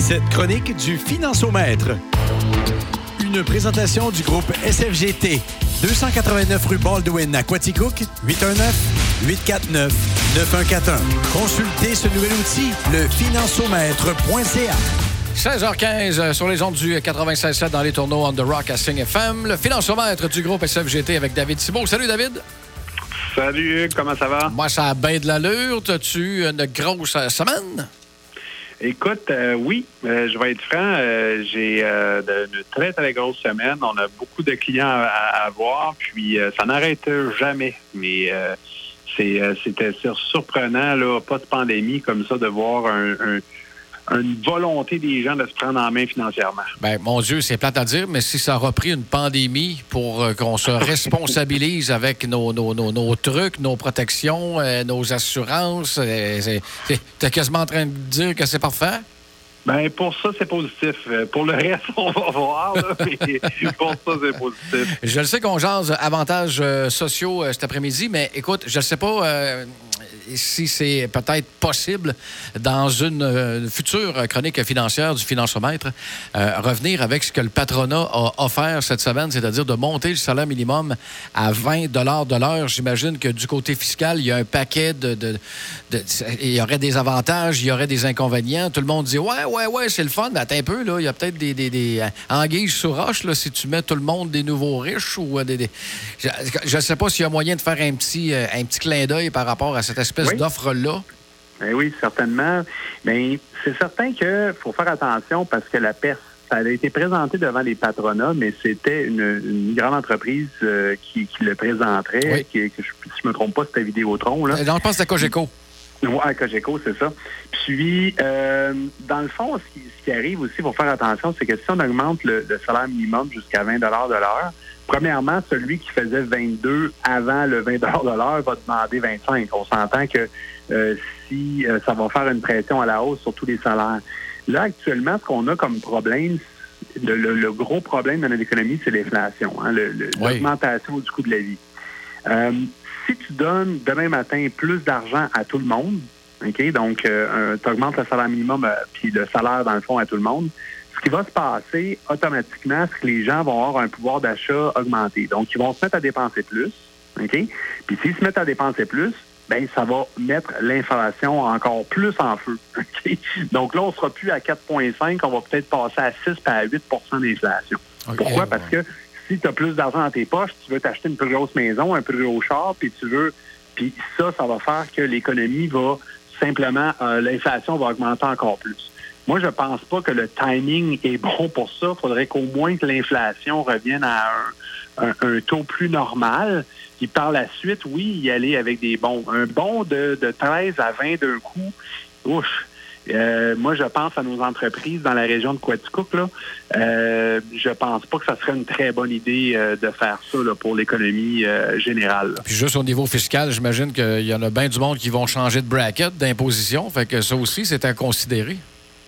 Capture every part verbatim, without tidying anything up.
Cette chronique du Financiomètre. Une présentation du groupe S F G T. deux cent quatre-vingt-neuf rue Baldwin à Quaticook, huit un neuf, huit quatre neuf, neuf un quatre un. Consultez ce nouvel outil, le financiomètre point c a. seize heures quinze sur les ondes du quatre-vingt-seize sept dans les tourneaux On The Rock à Sing F M. Le financiomètre du groupe S F G T avec David Thibault. Salut, David. Salut, Hugues. Comment ça va? Moi, ça a bien de l'allure. T'as-tu une grosse semaine? Écoute, euh, oui, euh, je vais être franc. Euh, j'ai euh, de, de très, très grosses semaines. On a beaucoup de clients à, à avoir, puis euh, ça n'arrête jamais. Mais euh, c'est, euh, c'était surprenant, là, pas de pandémie comme ça, de voir un... un une volonté des gens de se prendre en main financièrement. Ben, mon Dieu, c'est plate à dire, mais si ça a repris une pandémie pour euh, qu'on se responsabilise avec nos, nos, nos, nos trucs, nos protections, euh, nos assurances, euh, c'est, c'est, t'es quasiment en train de dire que c'est parfait? Ben pour ça, c'est positif. Pour le reste, on va voir, là, mais pour ça, c'est positif. Je le sais qu'on jase avantages euh, sociaux euh, cet après-midi, mais écoute, je ne sais pas... Euh, si c'est peut-être possible, dans une euh, future chronique financière du Financiomètre, euh, revenir avec ce que le patronat a offert cette semaine, c'est-à-dire de monter le salaire minimum à vingt dollars de l'heure. J'imagine que du côté fiscal, il y a un paquet de, de, de, de... Il y aurait des avantages, il y aurait des inconvénients. Tout le monde dit « Ouais, ouais, ouais, c'est le fun, mais attends un peu, là, il y a peut-être des, des, des anguilles sous roche, là, si tu mets tout le monde des nouveaux riches ou des... des... » Je ne sais pas s'il y a moyen de faire un petit, un petit clin d'œil par rapport à cette espèce oui. d'offre-là. Ben oui, certainement. Mais c'est certain qu'il faut faire attention parce que la peste, ça a été présenté devant les patronats, mais c'était une, une grande entreprise euh, qui, qui le présenterait. Oui. Qui, que je, si je ne me trompe pas, c'était Vidéotron. Là. Non, je pense que c'était Cogeco. Oui, Cogeco, c'est ça. Puis, euh, dans le fond, ce qui, ce qui arrive aussi, il faut faire attention, c'est que si on augmente le, le salaire minimum jusqu'à vingt dollars de l'heure, premièrement, celui qui faisait vingt-deux avant le vingt dollars de l'heure va demander vingt-cinq. On s'entend que euh, si euh, ça va faire une pression à la hausse sur tous les salaires. Là, actuellement, ce qu'on a comme problème, le, le, le gros problème dans notre économie, c'est l'inflation, hein, le, le, oui. l'augmentation du coût de la vie. Euh, si tu donnes demain matin plus d'argent à tout le monde, OK, donc euh, tu augmentes le salaire minimum euh, puis le salaire, dans le fond, à tout le monde, ce qui va se passer automatiquement, c'est que les gens vont avoir un pouvoir d'achat augmenté. Donc, ils vont se mettre à dépenser plus, OK? Puis s'ils se mettent à dépenser plus, bien, ça va mettre l'inflation encore plus en feu, OK? Donc là, on ne sera plus à quatre virgule cinq, on va peut-être passer à six à huit d'inflation. Okay. Pourquoi? Parce que si tu as plus d'argent dans tes poches, tu veux t'acheter une plus grosse maison, un plus gros char, puis tu veux... Puis ça, ça va faire que l'économie va simplement... Euh, l'inflation va augmenter encore plus. Moi, je pense pas que le timing est bon pour ça. Il faudrait qu'au moins que l'inflation revienne à un, un, un taux plus normal. Puis par la suite, oui, y aller avec des bons. Un bon de, de treize à vingt d'un coup, ouf! Euh, moi, je pense à nos entreprises dans la région de Quaticook, là. Euh, je pense pas que ça serait une très bonne idée euh, de faire ça là, pour l'économie euh, générale. Là. Puis juste au niveau fiscal, j'imagine qu'il y en a bien du monde qui vont changer de bracket, d'imposition. Fait que ça aussi, c'est à considérer.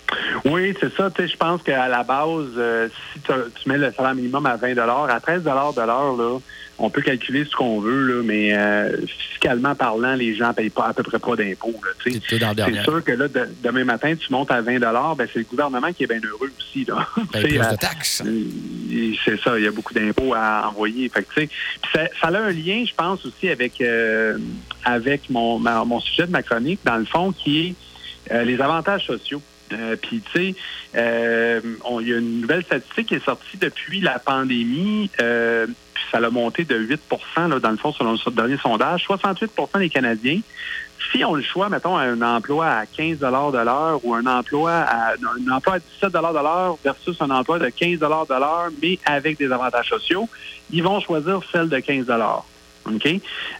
Oui, c'est ça. Tu sais, je pense qu'à la base, euh, si tu mets le salaire minimum à vingt dollars, à treize dollars de l'heure, là, on peut calculer ce qu'on veut, là, mais euh, fiscalement parlant, les gens ne payent pas, à peu près pas d'impôts. Là, c'est sûr que là, de, demain matin, tu montes à vingt dollars, ben, c'est le gouvernement qui est bien heureux aussi. Là. Ben, plus de taxes. Euh, c'est ça, il y a beaucoup d'impôts à envoyer. Fait que, ça, ça a un lien, je pense, aussi avec, euh, avec mon, ma, mon sujet de ma chronique, dans le fond, qui est euh, les avantages sociaux. Euh, Puis, tu sais, euh, il y a une nouvelle statistique qui est sortie depuis la pandémie, euh, puis ça l'a monté de huit pour cent là, dans le fond, selon le dernier sondage. soixante-huit pour cent des Canadiens, si on le choix, mettons, à un emploi à quinze dollars de l'heure ou un emploi à un emploi à dix-sept dollars de l'heure versus un emploi de quinze dollars de l'heure, mais avec des avantages sociaux, ils vont choisir celle de quinze dollars. OK?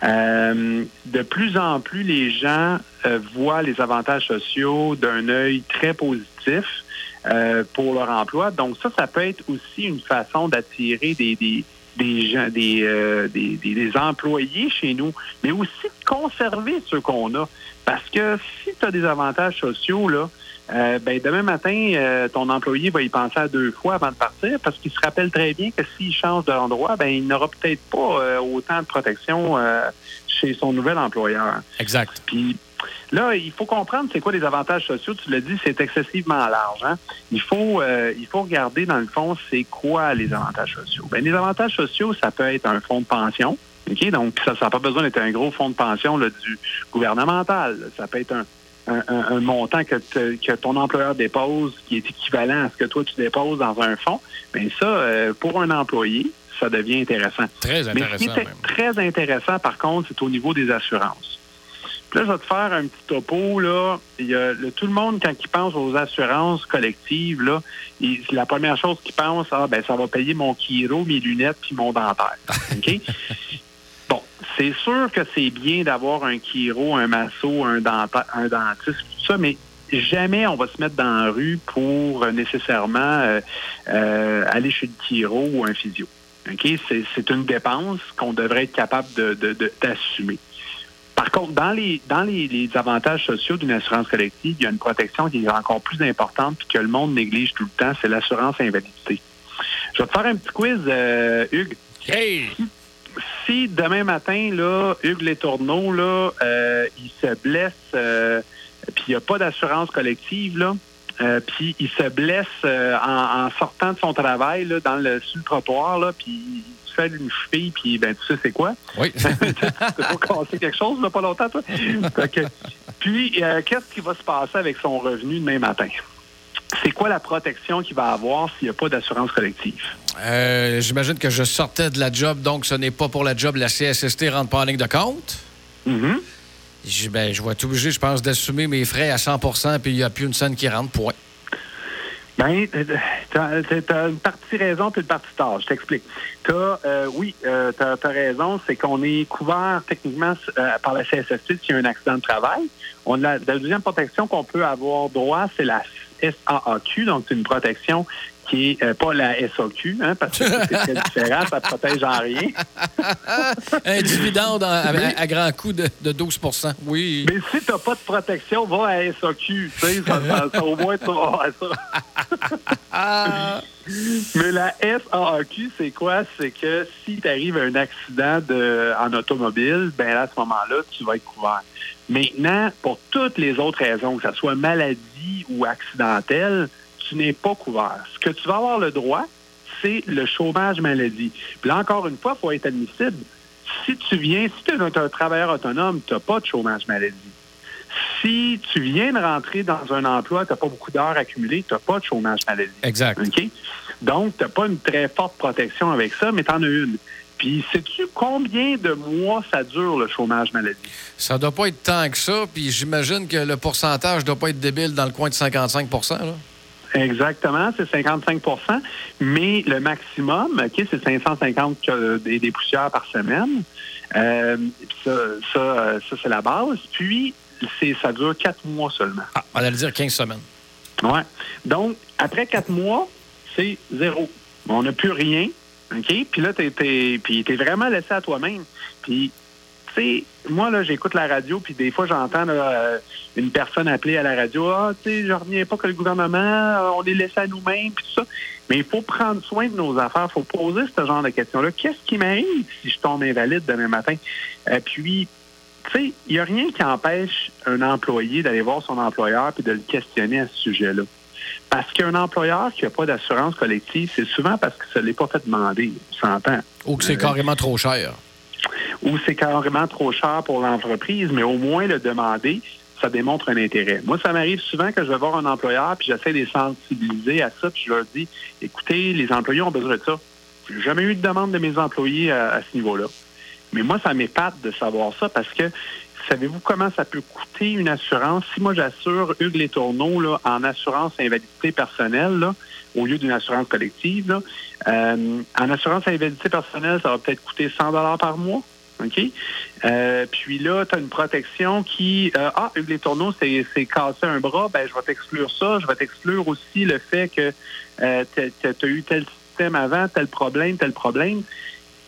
Euh, de plus en plus, les gens euh, voient les avantages sociaux d'un œil très positif euh, pour leur emploi. Donc, ça, ça peut être aussi une façon d'attirer des, des, des gens, des, euh, des, des, des employés chez nous, mais aussi de conserver ceux qu'on a. Parce que si tu as des avantages sociaux, là, euh, ben demain matin, euh, ton employé va y penser à deux fois avant de partir parce qu'il se rappelle très bien que s'il change d'endroit, ben il n'aura peut-être pas euh, autant de protection euh, chez son nouvel employeur. Exact. Puis là, il faut comprendre c'est quoi les avantages sociaux. Tu l'as dit, c'est excessivement large. Hein? Il faut euh, il faut regarder, dans le fond, c'est quoi les avantages sociaux. Ben les avantages sociaux, ça peut être un fonds de pension. OK? Donc, ça n'a pas besoin d'être un gros fonds de pension là, du gouvernemental. Ça peut être un, un, un, un montant que, te, que ton employeur dépose qui est équivalent à ce que toi, tu déposes dans un fonds. Bien, ça, euh, pour un employé, ça devient intéressant. Très intéressant. Mais ce qui est même. très intéressant, par contre, c'est au niveau des assurances. Puis là, je vais te faire un petit topo. Là. Il y a, le, tout le monde, quand il pense aux assurances collectives, là, il, la première chose qu'il pense, ah, ben, ça va payer mon chiro, mes lunettes puis mon dentaire. OK? Bon, c'est sûr que c'est bien d'avoir un chiro, un masso, un, denta, un dentiste, tout ça, mais jamais on va se mettre dans la rue pour euh, nécessairement euh, euh, aller chez le chiro ou un physio. OK? C'est, c'est une dépense qu'on devrait être capable de, de, de, d'assumer. Par contre, dans les dans les, les avantages sociaux d'une assurance collective, il y a une protection qui est encore plus importante puis que le monde néglige tout le temps, c'est l'assurance invalidité. Je vais te faire un petit quiz, euh, Hugues. Hey! Si demain matin, là, Hugues Létourneau, là, euh, il se blesse, euh, puis il n'y a pas d'assurance collective, là, euh, puis il se blesse euh, en, en sortant de son travail là, dans le, sur le trottoir, là, puis il se fait une cheville, puis ben, tu sais c'est quoi? Oui. Tu t'as pas cassé quelque chose, là, pas longtemps, toi? Okay. Puis, euh, qu'est-ce qui va se passer avec son revenu demain matin? C'est quoi la protection qu'il va avoir s'il n'y a pas d'assurance collective? Euh, j'imagine que je sortais de la job, donc ce n'est pas pour la job. La C S S T rentre pas en ligne de compte. Mm-hmm. Je, ben, je vais être obligé, je pense, d'assumer mes frais à cent pour cent, puis il n'y a plus une scène qui rentre, point. Bien, t'as, t'as une partie raison puis une partie tort. Je t'explique. T'as, euh, oui, euh, t'as, t'as raison, c'est qu'on est couvert techniquement euh, par la C S S T s'il y a un accident de travail. On a, la deuxième protection qu'on peut avoir droit, c'est la S A A Q, donc c'est une protection qui est euh, pas la S A Q, hein, parce que c'est très différent, ça ne protège en rien. Un dividende à, à, à grand coût de, de douze pour cent, oui. Mais si tu n'as pas de protection, va à la S A Q, tu sais, ça, ça, ça, au moins tu vas ça. Mais la S A A Q, c'est quoi? C'est que si tu arrives à un accident de, en automobile, ben là, à ce moment-là, tu vas être couvert. Maintenant, pour toutes les autres raisons, que ce soit maladie ou accidentelle, tu n'es pas couvert. Ce que tu vas avoir le droit, c'est le chômage maladie. Puis là, encore une fois, il faut être admissible. Si tu viens, si tu es un, un travailleur autonome, tu n'as pas de chômage maladie. Si tu viens de rentrer dans un emploi, tu n'as pas beaucoup d'heures accumulées, tu n'as pas de chômage maladie. Exact. Okay? Donc, tu n'as pas une très forte protection avec ça, mais tu en as une. Puis, sais-tu combien de mois ça dure, le chômage maladie? Ça doit pas être tant que ça, puis j'imagine que le pourcentage doit pas être débile dans le coin de cinquante-cinq pour cent, là. Exactement, c'est cinquante-cinq pour cent, mais le maximum, OK, c'est cinq cent cinquante des, des poussières par semaine. Euh, ça, ça, ça, c'est la base. Puis, c'est, ça dure quatre mois seulement. Ah, on allait dire quinze semaines. Oui. Donc, après quatre mois, c'est zéro. On n'a plus rien. OK? Puis là, t'es, t'es, puis t'es vraiment laissé à toi-même. Puis, tu sais, moi, là, j'écoute la radio, puis des fois, j'entends là, une personne appeler à la radio. Ah, tu sais, je reviens pas que le gouvernement, on est laissé à nous-mêmes, puis tout ça. Mais il faut prendre soin de nos affaires. Il faut poser ce genre de questions-là. Qu'est-ce qui m'arrive si je tombe invalide demain matin? Euh, puis, tu sais, il n'y a rien qui empêche un employé d'aller voir son employeur puis de le questionner à ce sujet-là. Parce qu'un employeur qui n'a pas d'assurance collective, c'est souvent parce que ça ne l'est pas fait demander, on s'entend. Ou que c'est euh, carrément trop cher. Ou c'est carrément trop cher pour l'entreprise, mais au moins le demander, ça démontre un intérêt. Moi, ça m'arrive souvent que je vais voir un employeur, puis j'essaie de les sensibiliser à ça, puis je leur dis, écoutez, les employés ont besoin de ça. Je n'ai jamais eu de demande de mes employés à, à ce niveau-là. Mais moi, ça m'épate de savoir ça parce que savez-vous comment ça peut coûter une assurance? Si moi, j'assure Hugues Létourneau là, en assurance invalidité personnelle, là, au lieu d'une assurance collective, là, euh, en assurance invalidité personnelle, ça va peut-être coûter cent dollars par mois. OK? Euh, puis là, tu as une protection qui... Euh, ah, Hugues Létourneau, c'est, c'est cassé un bras, ben je vais t'exclure ça. Je vais t'exclure aussi le fait que euh, tu as eu tel système avant, tel problème, tel problème.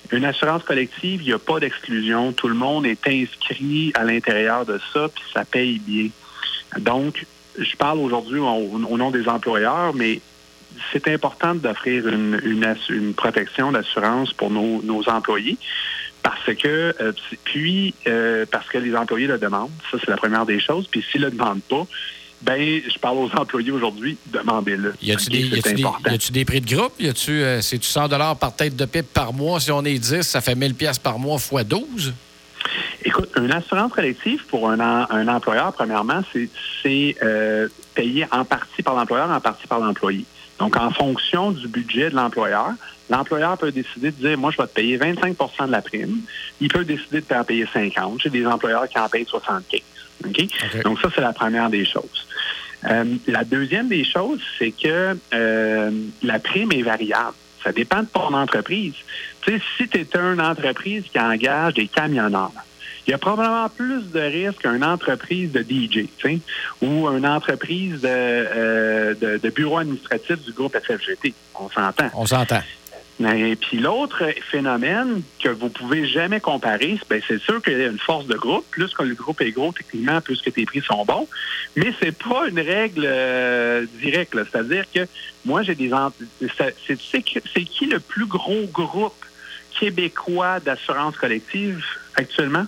Une assurance collective, il n'y a pas d'exclusion. Tout le monde est inscrit à l'intérieur de ça, puis ça paye bien. Donc, je parle aujourd'hui au, au nom des employeurs, mais c'est important d'offrir une, une, une protection d'assurance pour nos, nos employés. Parce que, euh, puis, euh, parce que les employés le demandent. Ça, c'est la première des choses. Puis, s'ils ne le demandent pas, ben, je parle aux employés aujourd'hui, demandez-le. Y a-tu des, y a-tu des, y a-tu des prix de groupe? Y a-tu, euh, c'est-tu cent dollars par tête de pipe par mois? Si on est dix, ça fait mille dollars par mois fois douze? Écoute, une assurance collective pour un, un employeur, premièrement, c'est, c'est euh, payé en partie par l'employeur, en partie par l'employé. Donc, en fonction du budget de l'employeur, l'employeur peut décider de dire, moi, je vais te payer vingt-cinq pour cent de la prime. Il peut décider de t'en payer cinquante. J'ai des employeurs qui en payent soixante-quinze. Okay? Okay. Donc, ça, c'est la première des choses. Euh, la deuxième des choses, c'est que euh, la prime est variable. Ça dépend de ton entreprise. Tu sais, si tu es une entreprise qui engage des camionneurs, il y a probablement plus de risques qu'une entreprise de D J, tu sais, ou une entreprise de, euh, de, de bureau administratif du groupe S F G T. On s'entend. On s'entend. Et puis l'autre phénomène que vous pouvez jamais comparer, ben c'est sûr qu'il y a une force de groupe. Plus que le groupe est gros, techniquement, plus que tes prix sont bons. Mais c'est pas une règle euh, directe. Là. C'est-à-dire que moi, j'ai des... C'est, c'est, c'est qui le plus gros groupe québécois d'assurance collective actuellement?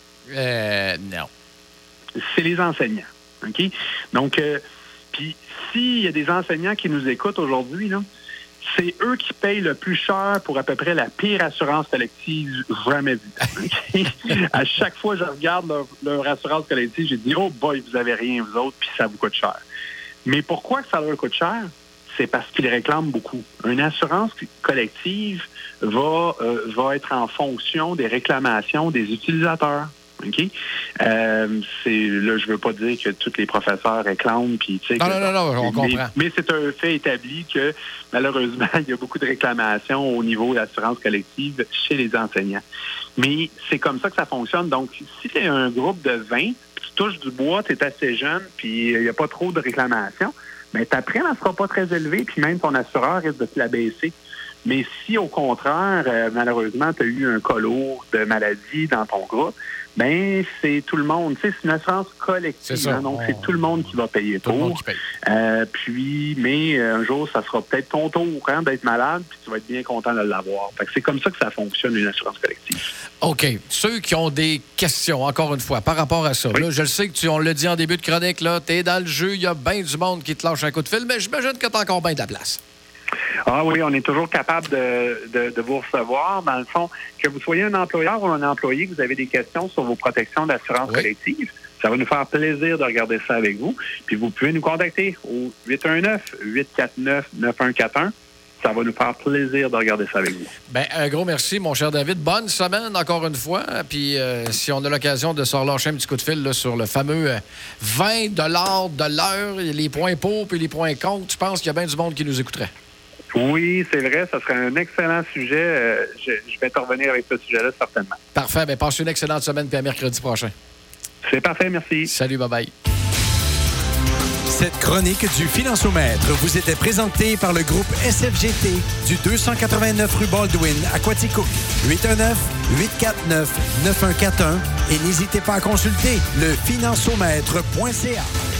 Euh, non. C'est les enseignants. OK? Donc, euh, puis s'il y a des enseignants qui nous écoutent aujourd'hui, là, c'est eux qui payent le plus cher pour à peu près la pire assurance collective jamais vue. Okay? À chaque fois que je regarde leur, leur assurance collective, j'ai dit « Oh boy, vous avez rien, vous autres, puis ça vous coûte cher. » Mais pourquoi que ça leur coûte cher? C'est parce qu'ils réclament beaucoup. Une assurance collective va, euh, va être en fonction des réclamations des utilisateurs. OK? Euh, c'est, là, je veux pas dire que tous les professeurs réclament. Puis, tu sais, non, que, non, non, non, on mais, comprend. Mais c'est un fait établi que, malheureusement, il y a beaucoup de réclamations au niveau de l'assurance collective chez les enseignants. Mais c'est comme ça que ça fonctionne. Donc, si tu es un groupe de vingt, tu touches du bois, tu es assez jeune, puis il n'y a pas trop de réclamations, bien, ta prime ne sera pas très élevée, puis même ton assureur risque de te la baisser. Mais si, au contraire, euh, malheureusement, tu as eu un cas lourd de maladie dans ton groupe, ben c'est tout le monde. Tu sais, c'est une assurance collective. C'est ça. Hein, donc, on... c'est tout le monde qui va payer tout pour. Le monde qui paye. Euh, puis, mais un jour, ça sera peut-être ton tour hein, d'être malade, puis tu vas être bien content de l'avoir. Fait que c'est comme ça que ça fonctionne, une assurance collective. OK. Ceux qui ont des questions, encore une fois, par rapport à ça, oui. Là, je le sais que tu, on l'a dit en début de chronique, là, t'es dans le jeu, il y a bien du monde qui te lâche un coup de fil, mais j'imagine que tu as encore bien de la place. Ah oui, on est toujours capable de, de, de vous recevoir. Dans le fond, que vous soyez un employeur ou un employé, que vous avez des questions sur vos protections d'assurance oui. collective, ça va nous faire plaisir de regarder ça avec vous. Puis vous pouvez nous contacter au huit un neuf, huit quatre neuf, neuf un quatre un. Ça va nous faire plaisir de regarder ça avec vous. Bien, un gros merci, mon cher David. Bonne semaine, encore une fois. Puis, euh, si on a l'occasion de se relâcher un petit coup de fil là, sur le fameux vingt dollars de l'heure, les points pour et les points contre, je pense qu'il y a bien du monde qui nous écouterait. Oui, c'est vrai. Ça serait un excellent sujet. Euh, je, je vais te revenir avec ce sujet-là, certainement. Parfait. Bien, passe une excellente semaine, puis à mercredi prochain. C'est parfait, merci. Salut, bye-bye. Cette chronique du Financiomètre vous était présentée par le groupe S F G T du deux cent quatre-vingt-neuf rue Baldwin à Quaticook. huit un neuf, huit quatre neuf, neuf un quatre un et n'hésitez pas à consulter le financiomètre point c a.